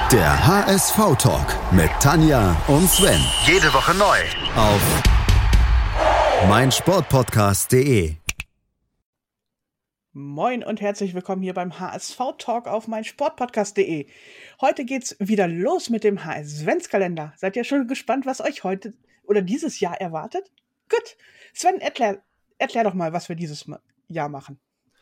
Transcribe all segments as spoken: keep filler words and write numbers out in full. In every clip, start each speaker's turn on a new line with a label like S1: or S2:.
S1: Der H S V-Talk mit Tanja und Sven.
S2: Jede Woche neu.
S1: Auf meinsportpodcast punkt de.
S3: Moin und herzlich willkommen hier beim H S V-Talk auf meinsportpodcast punkt de. Heute geht's wieder los mit dem H S-Adventskalender. Seid ihr schon gespannt, was euch heute oder dieses Jahr erwartet? Gut. Sven, erklär, erklär doch mal, was wir dieses Jahr machen.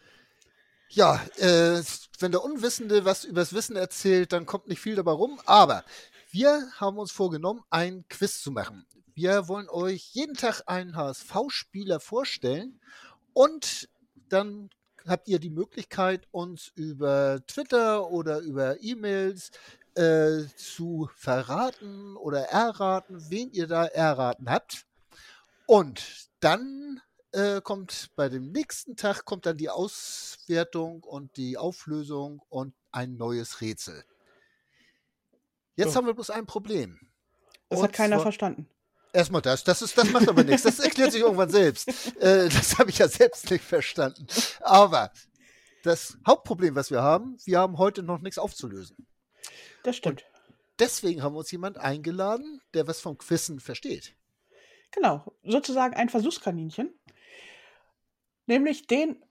S4: Ja, äh, wenn der Unwissende was übers Wissen erzählt, dann kommt nicht viel dabei rum. Aber wir haben uns vorgenommen, ein Quiz zu machen. Wir wollen euch jeden Tag einen H S V-Spieler vorstellen und dann habt ihr die Möglichkeit, uns über Twitter oder über E-Mails äh, zu verraten oder erraten, wen ihr da erraten habt. Und dann äh, kommt bei dem nächsten Tag kommt dann die Auswertung und die Auflösung und ein neues Rätsel. Jetzt
S3: So.
S4: haben wir bloß ein Problem.
S3: Das
S4: Und
S3: hat keiner
S4: zwar-
S3: verstanden.
S4: Erstmal das, das, ist, das macht aber nichts. Das erklärt sich irgendwann selbst. Äh, das habe ich ja selbst nicht verstanden. Aber das Hauptproblem, was wir haben, wir haben heute noch nichts aufzulösen.
S3: Das stimmt.
S4: Deswegen haben wir uns jemand eingeladen, der was vom Quizzen versteht.
S3: Genau, sozusagen ein Versuchskaninchen. Nämlich den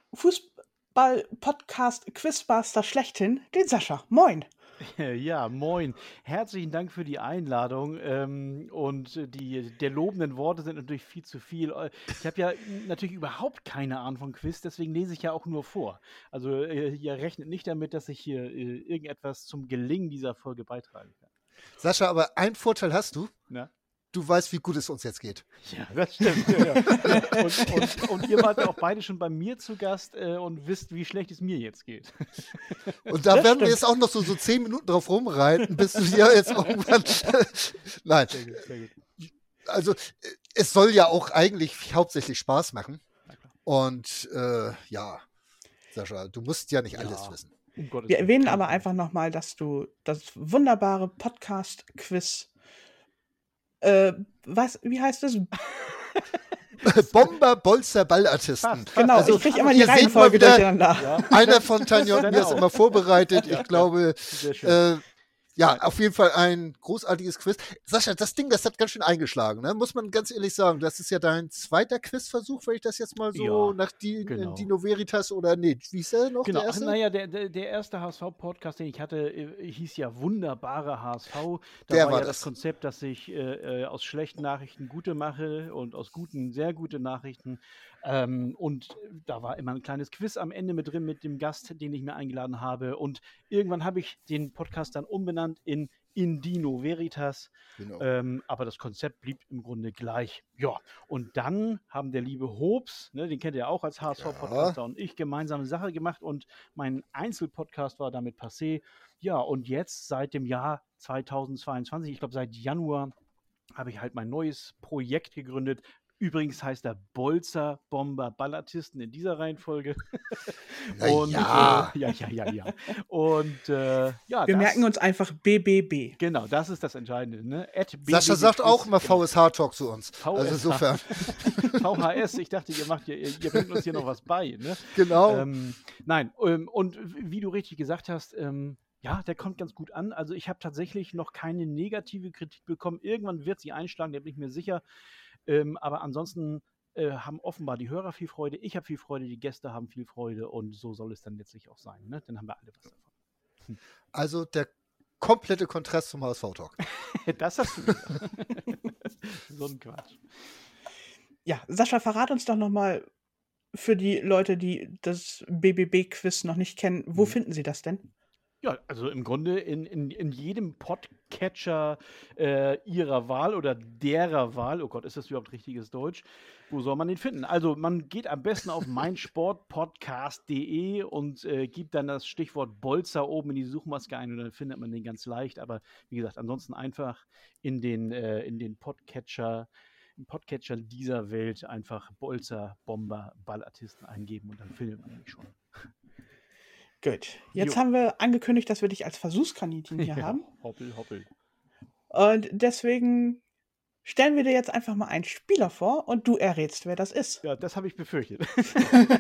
S3: Fußball-Podcast-Quizmaster schlechthin, den Sascha. Moin.
S5: Ja, moin. Herzlichen Dank für die Einladung. Ähm, und die der lobenden Worte sind natürlich viel zu viel. Ich habe ja natürlich überhaupt keine Ahnung von Quiz, deswegen lese ich ja auch nur vor. Also äh, ihr rechnet nicht damit, dass ich hier äh, irgendetwas zum Gelingen dieser Folge beitragen kann.
S4: Sascha, aber einen Vorteil hast du.
S5: Na?
S4: Du weißt, wie gut es uns jetzt geht.
S5: Ja, das stimmt. Ja, ja. Und, und, und ihr wart ja auch beide schon bei mir zu Gast äh, und wisst, wie schlecht es mir jetzt geht.
S4: Und da
S3: Das
S4: werden wir
S3: stimmt.
S4: jetzt auch noch so, so zehn Minuten drauf rumreiten, bis du dir jetzt irgendwann... Nein,
S5: Sehr gut, sehr gut.
S4: also äh, es soll ja auch eigentlich hauptsächlich Spaß machen.
S5: Na klar.
S4: Und äh, ja, Sascha, du musst ja nicht alles
S5: Ja.
S4: wissen.
S5: Um Gottes
S3: Wir
S5: Willen.
S3: erwähnen aber einfach nochmal, dass du das wunderbare Podcast-Quiz, äh, was, wie heißt es?
S4: Bomber, Bolzer, Ballartisten.
S3: Genau,
S4: Also,
S3: ich kriege immer die
S4: ihr seht mal
S3: Reihenfolge
S4: wieder,
S3: durcheinander.
S5: Ja,
S4: Einer von Tanja und
S5: Sven
S4: mir ist
S5: auch.
S4: immer vorbereitet. Ich glaube,
S5: sehr schön.
S4: äh, ja, auf jeden Fall ein großartiges Quiz. Sascha, das Ding, das hat ganz schön eingeschlagen, ne? Muss man ganz ehrlich sagen. Das ist ja dein zweiter Quizversuch, wenn ich das jetzt mal so
S5: Ja,
S4: nach die,
S5: genau.
S4: Dino Veritas oder nee, wie ist der noch,
S5: Genau,
S4: der erste?
S5: naja, der, der, der erste H S V-Podcast, den ich hatte, äh, hieß ja Wunderbare H S V. Da
S4: Der
S5: war
S4: war
S5: ja
S4: das.
S5: das Konzept, dass ich äh, äh, aus schlechten Nachrichten gute mache und aus guten sehr gute Nachrichten. Ähm, und da war immer ein kleines Quiz am Ende mit drin mit dem Gast, den ich mir eingeladen habe. Und irgendwann habe ich den Podcast dann umbenannt in Indino Veritas.
S4: Genau.
S5: Ähm, aber das Konzept blieb im Grunde gleich. Ja, und dann haben der liebe Hobbs, ne, den kennt ihr auch als H S V-Podcaster, und ich gemeinsame Sache gemacht und mein Einzelpodcast war damit passé. Ja, und jetzt seit dem Jahr zweitausendzweiundzwanzig, ich glaube seit Januar, habe ich halt mein neues Projekt gegründet. Übrigens heißt er Bolzer, Bomber, Ballartisten in dieser Reihenfolge.
S4: Na
S5: und
S4: ja.
S5: Äh, ja, ja, ja, ja. Und äh, ja,
S3: Wir
S5: das,
S3: merken uns einfach B B B.
S5: Genau, das ist das Entscheidende. Ne? At
S4: Sascha
S5: B B B
S4: sagt auch
S5: Quiz,
S4: immer
S5: genau.
S4: V S H-Talk zu uns.
S5: V S H.
S4: Also insofern.
S5: V H S, ich dachte, ihr macht hier, ihr, ihr bringt uns hier noch was bei. Ne?
S4: Genau.
S5: Ähm, nein, ähm, und wie du richtig gesagt hast, ähm, ja, der kommt ganz gut an. Also ich habe tatsächlich noch keine negative Kritik bekommen. Irgendwann wird sie einschlagen, da bin ich mir sicher. Ähm, aber ansonsten äh, haben offenbar die Hörer viel Freude, ich habe viel Freude, die Gäste haben viel Freude und so soll es dann letztlich auch sein. Ne? Dann haben wir alle was davon.
S4: Also der komplette Kontrast zum H S V-Talk.
S5: Das hast du gesagt. So ein Quatsch.
S3: Ja, Sascha, verrat uns doch nochmal für die Leute, die das B B B-Quiz noch nicht kennen, wo
S5: Mhm.
S3: finden sie das denn?
S5: Ja, also im Grunde in, in, in jedem Podcatcher äh, ihrer Wahl oder derer Wahl, oh Gott, ist das überhaupt richtiges Deutsch? Wo soll man den finden? Also man geht am besten auf meinsportpodcast punkt de und äh, gibt dann das Stichwort Bolzer oben in die Suchmaske ein und dann findet man den ganz leicht. Aber wie gesagt, ansonsten einfach in den, äh, in den Podcatcher, im Podcatcher dieser Welt einfach Bolzer, Bomber, Ballartisten eingeben und dann findet man mich schon.
S3: Gut. Jetzt
S5: Jo.
S3: haben wir angekündigt, dass wir dich als Versuchskaninchen hier
S5: Ja,
S3: haben.
S5: Hoppel, hoppel.
S3: Und deswegen stellen wir dir jetzt einfach mal einen Spieler vor und du errätst, wer das ist.
S5: Ja, das habe ich befürchtet.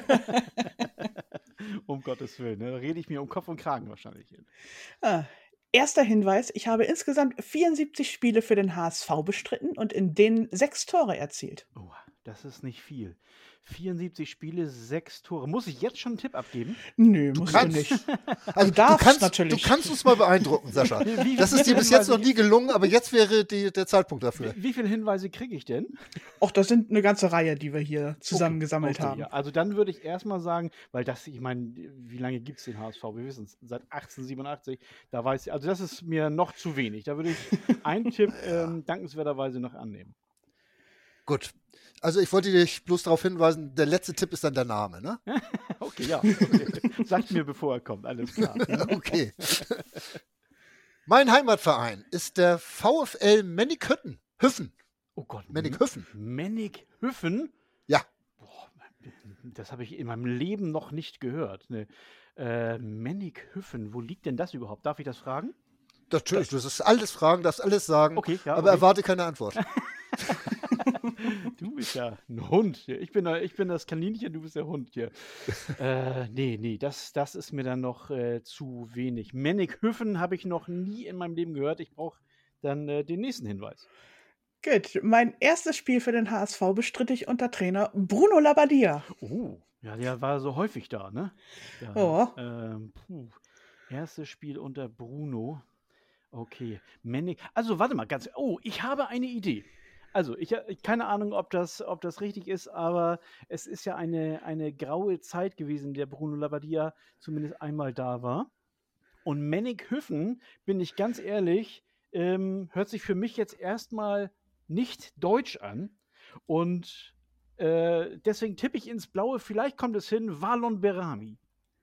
S5: Um Gottes Willen, ne? Da rede ich mir um Kopf und Kragen wahrscheinlich hin.
S3: Ah, Erster Hinweis, ich habe insgesamt vierundsiebzig Spiele für den H S V bestritten und in denen sechs Tore erzielt.
S5: Oh, das ist nicht viel. vierundsiebzig Spiele, sechs Tore. Muss ich jetzt schon einen Tipp abgeben?
S3: Nö, musst du
S4: kannst.
S3: nicht.
S4: Also
S3: Du darfst
S4: kannst,
S3: natürlich.
S4: Du kannst uns mal beeindrucken, Sascha.
S5: Wie- wie-
S4: Das
S5: wie
S4: ist dir
S5: viele
S4: bis jetzt noch
S5: Hinweise-
S4: nie gelungen, aber jetzt wäre die, der Zeitpunkt dafür.
S5: Wie, wie viele Hinweise kriege ich denn?
S3: Och, das sind eine ganze Reihe, die wir hier zusammengesammelt
S5: Okay,
S3: haben.
S5: ja. Also dann würde ich erstmal sagen, weil das, ich meine, wie lange gibt es den H S V? Wir wissen es, seit achtzehnhundertsiebenundachtzig, da weiß ich, also das ist mir noch zu wenig. Da würde ich einen Tipp ähm, dankenswerterweise noch annehmen.
S4: Gut. Also ich wollte dich bloß darauf hinweisen, der letzte Tipp ist dann der Name, ne?
S5: Okay, ja. Okay. Sagt mir, bevor er kommt, alles klar.
S4: Okay. Mein Heimatverein ist der VfL Mennighutten. Hüffen.
S5: Oh Gott.
S4: Mennighuffen.
S5: Mennighuffen?
S4: Ja.
S5: Boah, das habe ich in meinem Leben noch nicht gehört. Ne. Äh, Mennighuffen, wo liegt denn das überhaupt? Darf ich das fragen?
S4: Natürlich, du darfst alles fragen, darfst alles sagen,
S5: Okay, ja,
S4: aber
S5: okay.
S4: erwarte keine Antwort.
S5: Du bist ja ein Hund hier. Ich bin, ich bin das Kaninchen, du bist der Hund hier. äh, nee, nee, das, das ist mir dann noch äh, zu wenig. Mennighuffen habe ich noch nie in meinem Leben gehört. Ich brauche dann äh, den nächsten Hinweis.
S3: Gut, mein erstes Spiel für den H S V bestritt ich unter Trainer Bruno Labbadia.
S5: Oh, ja, der war so häufig da, ne? Ja,
S3: Ja.
S5: ähm, puh. Erstes Spiel unter Bruno. Okay, Mennig. Also, warte mal, ganz. Oh, ich habe eine Idee. Also, ich habe keine Ahnung, ob das, ob das richtig ist, aber es ist ja eine, eine graue Zeit gewesen, in der Bruno Labbadia zumindest einmal da war. Und Mennighuffen, bin ich ganz ehrlich, ähm, hört sich für mich jetzt erstmal nicht deutsch an. Und äh, deswegen tippe ich ins Blaue, vielleicht kommt es hin, Valon Berami.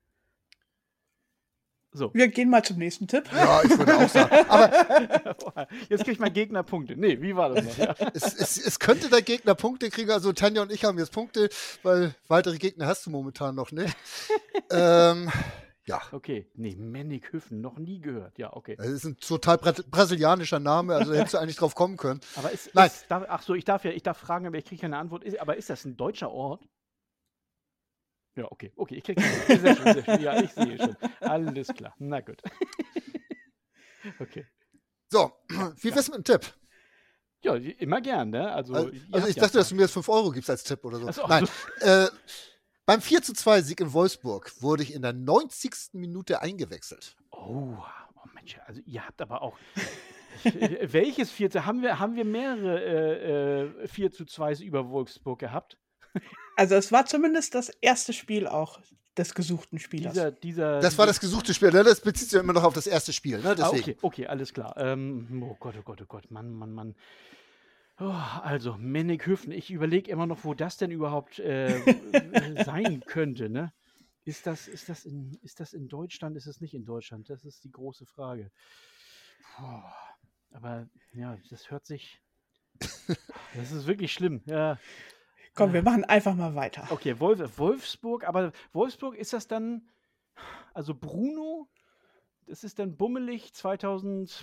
S5: So.
S3: Wir gehen mal zum nächsten Tipp.
S4: Ja, ich würde auch sagen. Aber
S5: Jetzt kriegt mein Gegner Punkte. Nee, wie war das noch? Ja.
S4: es, es, es könnte der Gegner Punkte kriegen. Also Tanja und ich haben jetzt Punkte, weil weitere Gegner hast du momentan noch nicht. ähm, ja,
S5: Okay, nee, Mennighuffen, noch nie gehört. Ja, okay.
S4: das ist ein total bra brasilianischer Name, also hättest du eigentlich drauf kommen können.
S5: Aber ist,
S4: Nein.
S5: ist darf, ach so, ich darf ja, ich darf fragen, aber ich kriege keine Antwort. Ist, aber ist das ein deutscher Ort? Ja, okay, okay, ich kriege sehr schön, sehr schön. Ja, ich sehe schon. Alles klar. Na gut. Okay.
S4: So, wie wär's mit einem Tipp?
S5: Ja, immer gern, ne? Also,
S4: Also,
S5: ihr
S4: also
S5: habt
S4: ich
S5: ja
S4: dachte, dass
S5: Zeit.
S4: du mir jetzt fünf Euro gibst als Tipp oder so.
S5: Ach so, ach
S4: Nein, äh, beim vier zu zwei Sieg in Wolfsburg wurde ich in der neunzigsten Minute eingewechselt.
S5: Oh, oh Mensch, also ihr habt aber auch. Welches vierte? Haben wir, haben wir mehrere äh, äh, vier zu zwei über Wolfsburg gehabt?
S3: Also es war zumindest das erste Spiel auch des gesuchten Spielers.
S5: Dieser, dieser,
S4: Das war das gesuchte Spiel, ne? Das bezieht sich ja immer noch auf das erste Spiel, ne?
S5: Ah,
S4: Deswegen.
S5: okay, okay, alles klar. Ähm, oh Gott, oh Gott, oh Gott, Mann, Mann, Mann. Oh, also, Mennighuffen, ich überlege immer noch, wo das denn überhaupt äh, sein könnte, ne? Ist das, ist, das in, ist das in Deutschland? Ist es nicht in Deutschland? Das ist die große Frage. Puh, aber ja, das hört sich. Das ist wirklich schlimm. Ja.
S3: Komm, wir machen einfach mal weiter.
S5: Okay, Wolf, Wolfsburg, aber Wolfsburg ist das dann, also Bruno, das ist dann bummelig zweitausendzehn,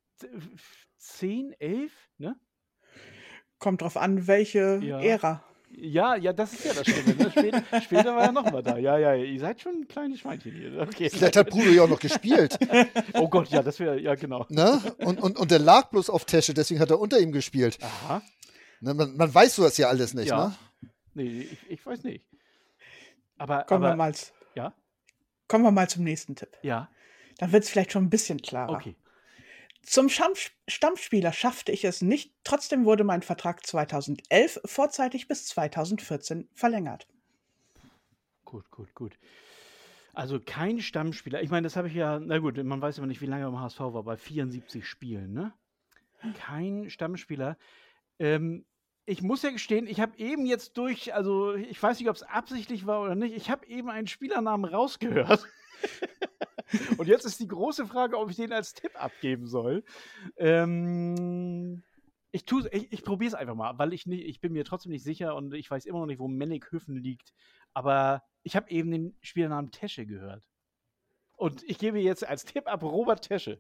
S5: elf, ne?
S3: Kommt drauf an, welche
S5: Ja.
S3: Ära.
S5: Ja, ja, das ist ja das Schlimme. Ne? Später, später war er nochmal da. Ja, ja, ihr seid schon ein kleines Schweinchen hier. Okay.
S4: Vielleicht hat Bruno ja auch noch gespielt,
S5: Oh Gott, ja, das wäre, ja, genau.
S4: ne? Und, und, und der lag bloß auf Tesche, deswegen hat er unter ihm gespielt.
S5: Aha.
S4: Ne? Man, man weiß sowas ja alles nicht,
S5: Ja.
S4: ne?
S5: Nee, ich, ich weiß nicht. Aber,
S3: Kommen,
S5: aber
S3: wir mal, z-
S5: ja,
S3: kommen wir mal zum nächsten Tipp.
S5: ja,
S3: Dann wird es vielleicht schon ein bisschen klarer.
S5: okay.
S3: Zum Stamm Stammspieler schaffte ich es nicht. Trotzdem wurde mein Vertrag zweitausendelf vorzeitig bis zweitausendvierzehn verlängert.
S5: Gut, gut, gut. Also kein Stammspieler. Ich meine, das habe ich ja, na gut, man weiß aber nicht, wie lange er im H S V war, bei vierundsiebzig Spielen, ne? Kein Stammspieler. Ähm, ich muss ja gestehen, ich habe eben jetzt durch, also ich weiß nicht, ob es absichtlich war oder nicht, ich habe eben einen Spielernamen rausgehört. Und jetzt ist die große Frage, ob ich den als Tipp abgeben soll. Ähm, ich tue, ich, ich probiere es einfach mal, weil ich nicht, ich bin mir trotzdem nicht sicher und ich weiß immer noch nicht, wo Mennighuffen liegt. Aber ich habe eben den Spielernamen Tesche gehört. Und ich gebe jetzt als Tipp ab Robert Tesche.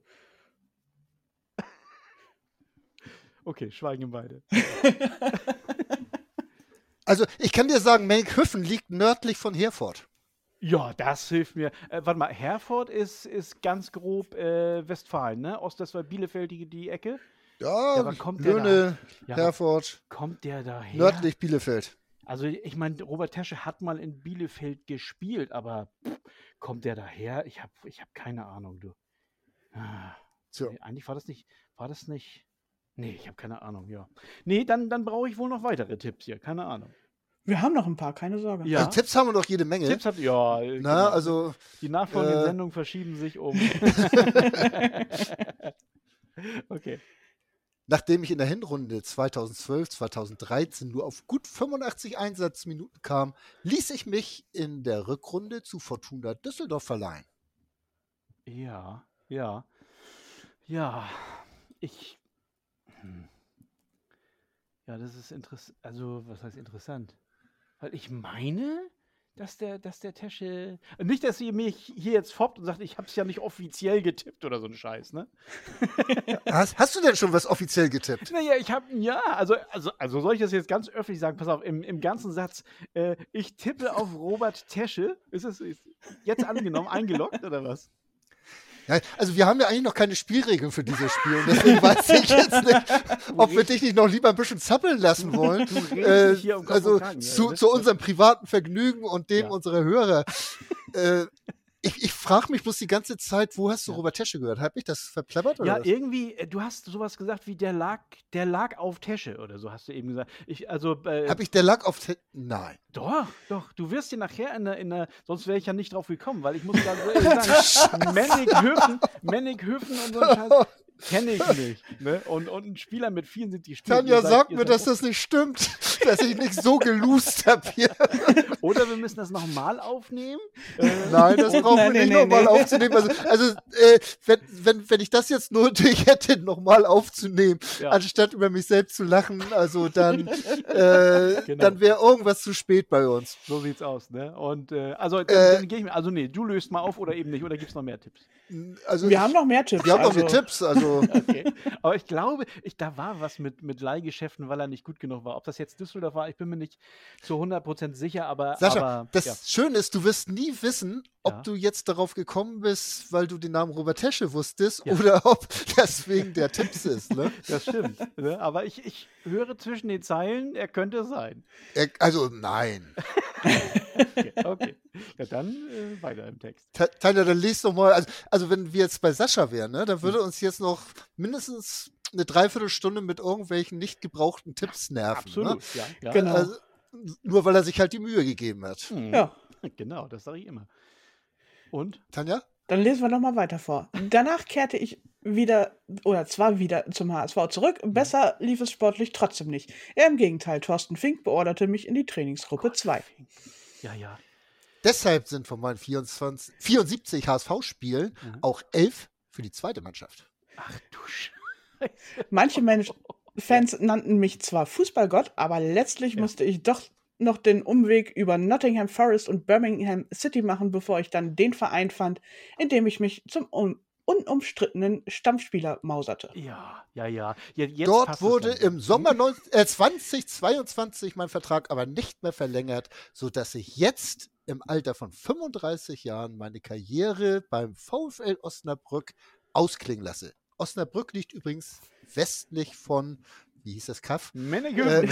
S5: Okay, schweigen beide.
S4: Also ich kann dir sagen, Mennighuffen liegt nördlich von Herford.
S5: Ja, das hilft mir. Äh, warte mal, Herford ist, ist ganz grob äh, Westfalen, ne? Ostwestfalen-Bielefeld, die, die Ecke. Ja,
S4: Ja,
S5: aber kommt der
S4: Löhne,
S5: Ja, aber
S4: Herford,
S5: kommt der daher?
S4: nördlich Bielefeld.
S5: Also ich meine, Robert Tesche hat mal in Bielefeld gespielt, aber pff, kommt der daher? Ich habe ich hab keine Ahnung, du. Ah,
S4: So.
S5: nee, eigentlich war das nicht, war das nicht. Nee, ich habe keine Ahnung, ja. Nee, dann, dann brauche ich wohl noch weitere Tipps hier, keine Ahnung.
S3: Wir haben noch ein paar, keine Sorge.
S5: Ja.
S4: Also Tipps haben wir noch jede Menge.
S5: Tipps habt ja, äh,
S4: Na,
S5: genau.
S4: also
S5: Die nachfolgenden
S4: äh,
S5: Sendungen verschieben sich um. Okay.
S4: nachdem ich in der Hinrunde zweitausendzwölf, zweitausenddreizehn nur auf gut fünfundachtzig Einsatzminuten kam, ließ ich mich in der Rückrunde zu Fortuna Düsseldorf verleihen.
S5: Ja, ja. Ja, ich. Hm. Ja, das ist interessant. Also, was heißt interessant? Weil ich meine, dass der, dass der Tesche. Nicht, dass ihr mich hier jetzt foppt und sagt, ich hab's ja nicht offiziell getippt oder so ein Scheiß, ne?
S4: Hast, hast du denn schon was offiziell getippt?
S5: Naja, ich hab. Ja, also, also, also soll ich das jetzt ganz öffentlich sagen? Pass auf, im, im ganzen Satz. Äh, ich tippe auf Robert Tesche. Ist es ist jetzt angenommen, eingeloggt oder was?
S4: Ja, also wir haben ja eigentlich noch keine Spielregeln für dieses Spiel und deswegen weiß ich jetzt nicht, ob wir dich nicht noch lieber ein bisschen zappeln lassen wollen.
S5: Du redest
S4: Äh,
S5: dich hier um Kopf
S4: also
S5: und Kragen, ja,
S4: zu,
S5: das-
S4: zu unserem privaten Vergnügen und dem
S5: Ja.
S4: unserer Hörer. äh, ich ich frage mich bloß die ganze Zeit, wo hast du
S5: Ja.
S4: Robert Tesche gehört? Hab ich das verplappert oder
S5: Ja,
S4: was?
S5: irgendwie, äh, du hast sowas gesagt wie der lag, der lag auf Tesche oder so, hast du eben gesagt. Ich, also, äh,
S4: Hab ich der Lack auf Te Nein.
S5: doch, doch, du wirst dir nachher in der, in der sonst wäre ich ja nicht drauf gekommen, weil ich muss ganz ehrlich sagen, Männighöfen, Männighöfen und so ein Scheiß kenne ich nicht. Ne? Und, und ein Spieler mit vierundsiebzig Spielen.
S4: Tanja
S5: ihr seid-
S4: sagt
S5: ihr
S4: mir,
S5: seid
S4: dass
S5: auch-
S4: das nicht stimmt, dass ich nicht so geloost habe hier.
S5: Oder wir müssen das nochmal aufnehmen. Äh,
S4: Nein, das brauchen
S3: Nein,
S4: wir
S3: nee,
S4: nicht
S3: nee,
S4: nochmal
S3: nee.
S4: aufzunehmen. Also, also äh, wenn, wenn, wenn ich das jetzt nötig hätte, nochmal aufzunehmen,
S5: Ja.
S4: anstatt über mich selbst zu lachen, also dann, äh,
S5: Genau.
S4: dann wäre irgendwas zu spät bei uns.
S5: So sieht's aus, ne? Und äh, also dann,
S4: Äh,
S5: dann gehe ich mir. Also nee, du löst mal auf oder eben nicht, oder gibt's noch mehr Tipps?
S4: Also
S3: Wir
S4: ich,
S3: haben noch mehr Tipps.
S4: wir haben noch
S3: also,
S4: mehr Tipps. Also
S5: Okay. Aber ich glaube, ich, da war was mit, mit Leihgeschäften, weil er nicht gut genug war. Ob das jetzt Düsseldorf war, ich bin mir nicht zu hundert Prozent sicher, aber.
S4: Sascha,
S5: aber,
S4: das
S5: ja.
S4: Schöne ist, du wirst nie wissen, ob
S5: Ja.
S4: du jetzt darauf gekommen bist, weil du den Namen Robert Tesche wusstest
S5: Ja.
S4: oder ob das wegen der Tipps ist. Ne?
S5: Das stimmt. Ne? Aber ich, ich höre zwischen den Zeilen, er könnte es sein.
S4: Er, also nein.
S5: Okay, okay. Ja, dann äh, weiter im Text.
S4: Ta- Tanja, dann liest doch mal, also, also wenn wir jetzt bei Sascha wären, ne, dann würde uns jetzt noch mindestens eine Dreiviertelstunde mit irgendwelchen nicht gebrauchten Tipps nerven.
S5: Absolut.
S4: Ne?
S5: Ja, ja.
S3: Genau.
S4: Also, nur weil er sich halt die Mühe gegeben hat.
S5: Hm.
S3: Ja,
S5: Genau, das sage ich immer. Und?
S4: Tanja?
S3: dann lesen wir noch mal weiter vor. Danach kehrte ich wieder, oder zwar wieder zum H S V zurück. Besser lief es sportlich trotzdem nicht. Eher im Gegenteil, Thorsten Fink beorderte mich in die Trainingsgruppe zwei.
S5: Ja, ja.
S4: Deshalb sind von meinen vierundzwanzig, vierundsiebzig H S V-Spielen
S5: Mhm.
S4: auch elf für die zweite Mannschaft.
S5: Ach du Scheiße.
S3: Manche Mensch Fans nannten mich zwar Fußballgott, aber letztlich
S5: Ja.
S3: musste ich doch noch den Umweg über Nottingham Forest und Birmingham City machen, bevor ich dann den Verein fand, in dem ich mich zum un unumstrittenen Stammspieler mauserte.
S5: Ja, ja, ja. Je- Jetzt
S4: Dort
S5: passt es
S4: wurde
S5: langsam.
S4: im Sommer neun, äh, zweitausendzweiundzwanzig mein Vertrag aber nicht mehr verlängert, sodass ich jetzt im Alter von fünfunddreißig Jahren meine Karriere beim VfL Osnabrück ausklingen lasse. Osnabrück liegt übrigens westlich von, wie hieß das Kaff?
S5: Männeküffen.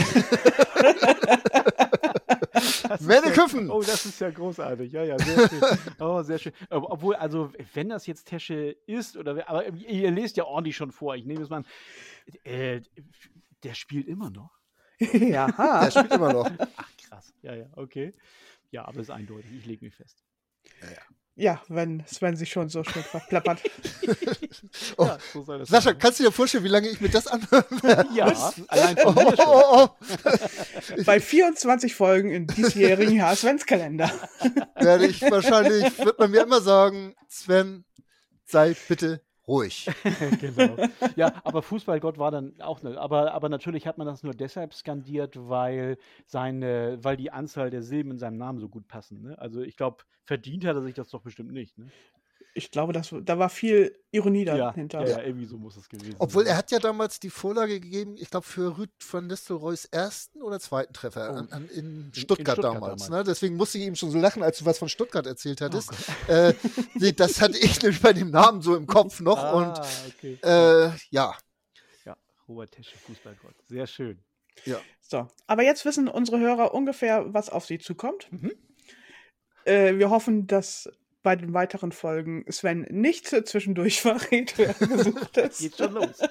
S5: Das ist
S4: Männeküffen.
S5: Ja, oh, das ist ja großartig. Ja, ja, sehr schön. Oh, sehr schön. Ob- Obwohl, also, wenn das jetzt Tesche ist, oder wer- aber ihr lest ja ordentlich schon vor. Ich nehme es mal an. Äh, der spielt immer noch.
S3: Jaha.
S4: Der spielt immer noch.
S5: Ach, krass. Ja, ja, okay. Ja, aber ist eindeutig. Ich lege mich fest.
S3: Ja, wenn Sven sich schon so schön verplappert.
S4: Oh,
S5: Ja, so soll das
S4: Sascha,
S5: sein.
S4: kannst du dir vorstellen, wie lange ich mir das anhören werde?
S5: Ja, allein
S4: Oh,
S5: von mir schon.
S4: oh, oh.
S3: Bei vierundzwanzig Folgen im diesjährigen H-Adventskalender.
S4: Werde ich wahrscheinlich, wird man mir immer sagen, Sven, sei bitte ruhig.
S5: Genau. Ja, aber Fußballgott war dann auch ne, aber, aber natürlich hat man das nur deshalb skandiert, weil seine, weil die Anzahl der Silben in seinem Namen so gut passen. Ne? Also ich glaube, verdient hat er sich das doch bestimmt nicht. Ne?
S3: Ich glaube, das, da war viel Ironie
S5: Ja,
S3: dahinter.
S5: ja, ja, irgendwie so muss es gewesen
S4: Obwohl
S5: sein.
S4: er hat ja damals die Vorlage gegeben, ich glaube, für Ruud van Nistelrooys ersten oder zweiten Treffer
S5: Oh.
S4: an, an, in, Stuttgart
S5: in Stuttgart
S4: damals.
S5: damals.
S4: Ne? Deswegen musste ich ihm schon so lachen, als du was von Stuttgart erzählt hattest.
S5: Oh
S4: äh, nee, das hatte ich nämlich bei dem Namen so im Kopf noch.
S5: Ah,
S4: Und
S5: okay.
S4: äh, ja,
S5: Ja, Robert Tesche, Fußballgott. Sehr schön.
S4: ja.
S3: So, aber jetzt wissen unsere Hörer ungefähr, was auf sie zukommt.
S5: Mhm.
S3: Äh, wir hoffen, dass bei den weiteren Folgen Sven nicht zwischendurch verrät, wer gesucht ist.
S5: Geht schon los.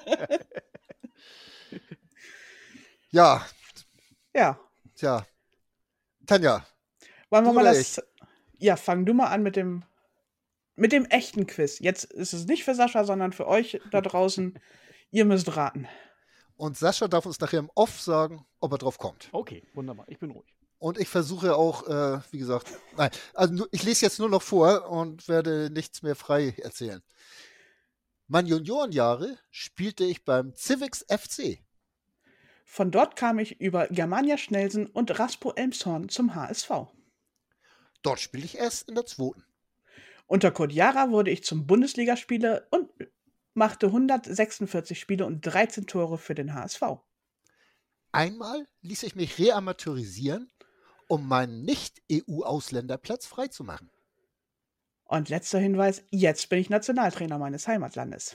S4: Ja,
S3: Ja,
S4: tja. Tanja,
S3: wollen wir
S4: Du
S3: mal
S4: oder
S3: das. Ja, fang du mal an mit dem mit dem echten Quiz. Jetzt ist es nicht für Sascha, sondern für euch da draußen. Ihr müsst raten.
S4: und Sascha darf uns nachher im Off sagen, ob er drauf kommt.
S5: Okay, wunderbar. Ich bin ruhig.
S4: Und ich versuche auch, äh, wie gesagt, nein, also nur, ich lese jetzt nur noch vor und werde nichts mehr frei erzählen. Meine Juniorenjahre spielte ich beim Civics F C.
S3: Von dort kam ich über Germania Schnelsen und Raspo Elmshorn zum H S V.
S4: Dort spielte ich erst in der zweiten.
S3: Unter Kurt Jara wurde ich zum Bundesligaspieler und machte hundertsechsundvierzig Spiele und dreizehn Tore für den H S V.
S4: Einmal ließ ich mich reamateurisieren, um meinen Nicht-E U-Ausländerplatz freizumachen.
S3: Und letzter Hinweis, jetzt bin ich Nationaltrainer meines Heimatlandes.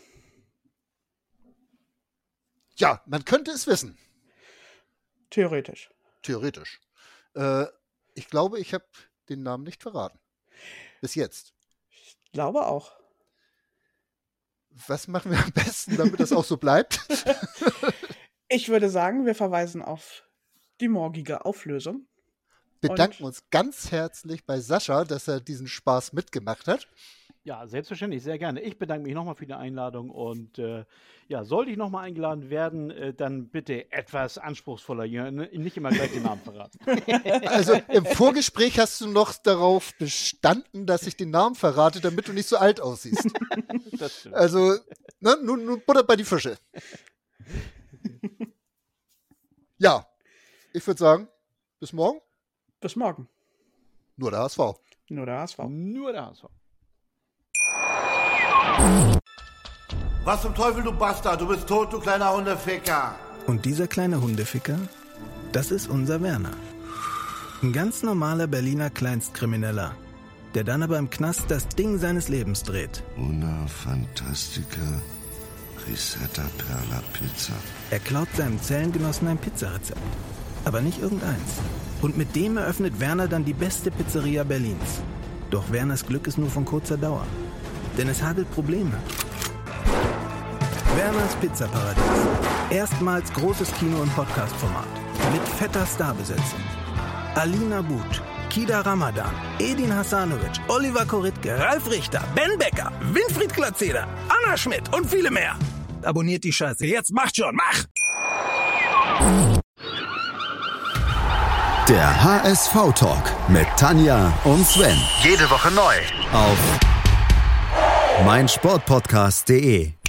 S4: Ja, man könnte es wissen,
S3: Theoretisch.
S4: theoretisch. Äh, ich glaube, ich habe den Namen nicht verraten. Bis jetzt.
S3: Glaube auch.
S4: Was machen wir am besten, damit das auch so bleibt?
S3: Ich würde sagen, wir verweisen auf die morgige Auflösung.
S4: Bedanken
S3: Und-
S4: uns ganz herzlich bei Sascha, dass er diesen Spaß mitgemacht hat.
S5: Ja, selbstverständlich, sehr gerne. Ich bedanke mich nochmal für die Einladung und äh, ja, sollte ich nochmal eingeladen werden, äh, dann bitte etwas anspruchsvoller, ja, ne, nicht immer gleich den Namen verraten.
S4: Also im Vorgespräch hast du noch darauf bestanden, dass ich den Namen verrate, damit du nicht so alt aussiehst.
S5: Das stimmt.
S4: Also, ne, nun, nun Butter bei die Fische. Ja, ich würde sagen, bis morgen.
S3: Bis morgen.
S4: Nur der H S V.
S3: Nur der H S V.
S5: Nur der H S V.
S2: Was zum Teufel, du Bastard? Du bist tot, du kleiner Hundeficker.
S6: Und dieser kleine Hundeficker, das ist unser Werner. Ein ganz normaler Berliner Kleinstkrimineller, der dann aber im Knast das Ding seines Lebens dreht.
S7: Una Fantastica Risetta Perla Pizza.
S6: Er klaut seinem Zellengenossen ein Pizzarezept. Aber nicht irgendeins. Und mit dem eröffnet Werner dann die beste Pizzeria Berlins. Doch Werners Glück ist nur von kurzer Dauer. Denn es hagelt Probleme. Werners Pizzaparadies. Erstmals großes Kino- und Podcast-Format. Mit fetter Starbesetzung. Alina But, Kida Ramadan, Edin Hasanovic, Oliver Koritke, Ralf Richter, Ben Becker, Winfried Glatzeder, Anna Schmidt und viele mehr. Abonniert die Scheiße. Jetzt macht schon, mach!
S1: Der H S V-Talk mit Tanja und Sven.
S2: Jede Woche neu.
S1: Auf meinsportpodcast punkt de.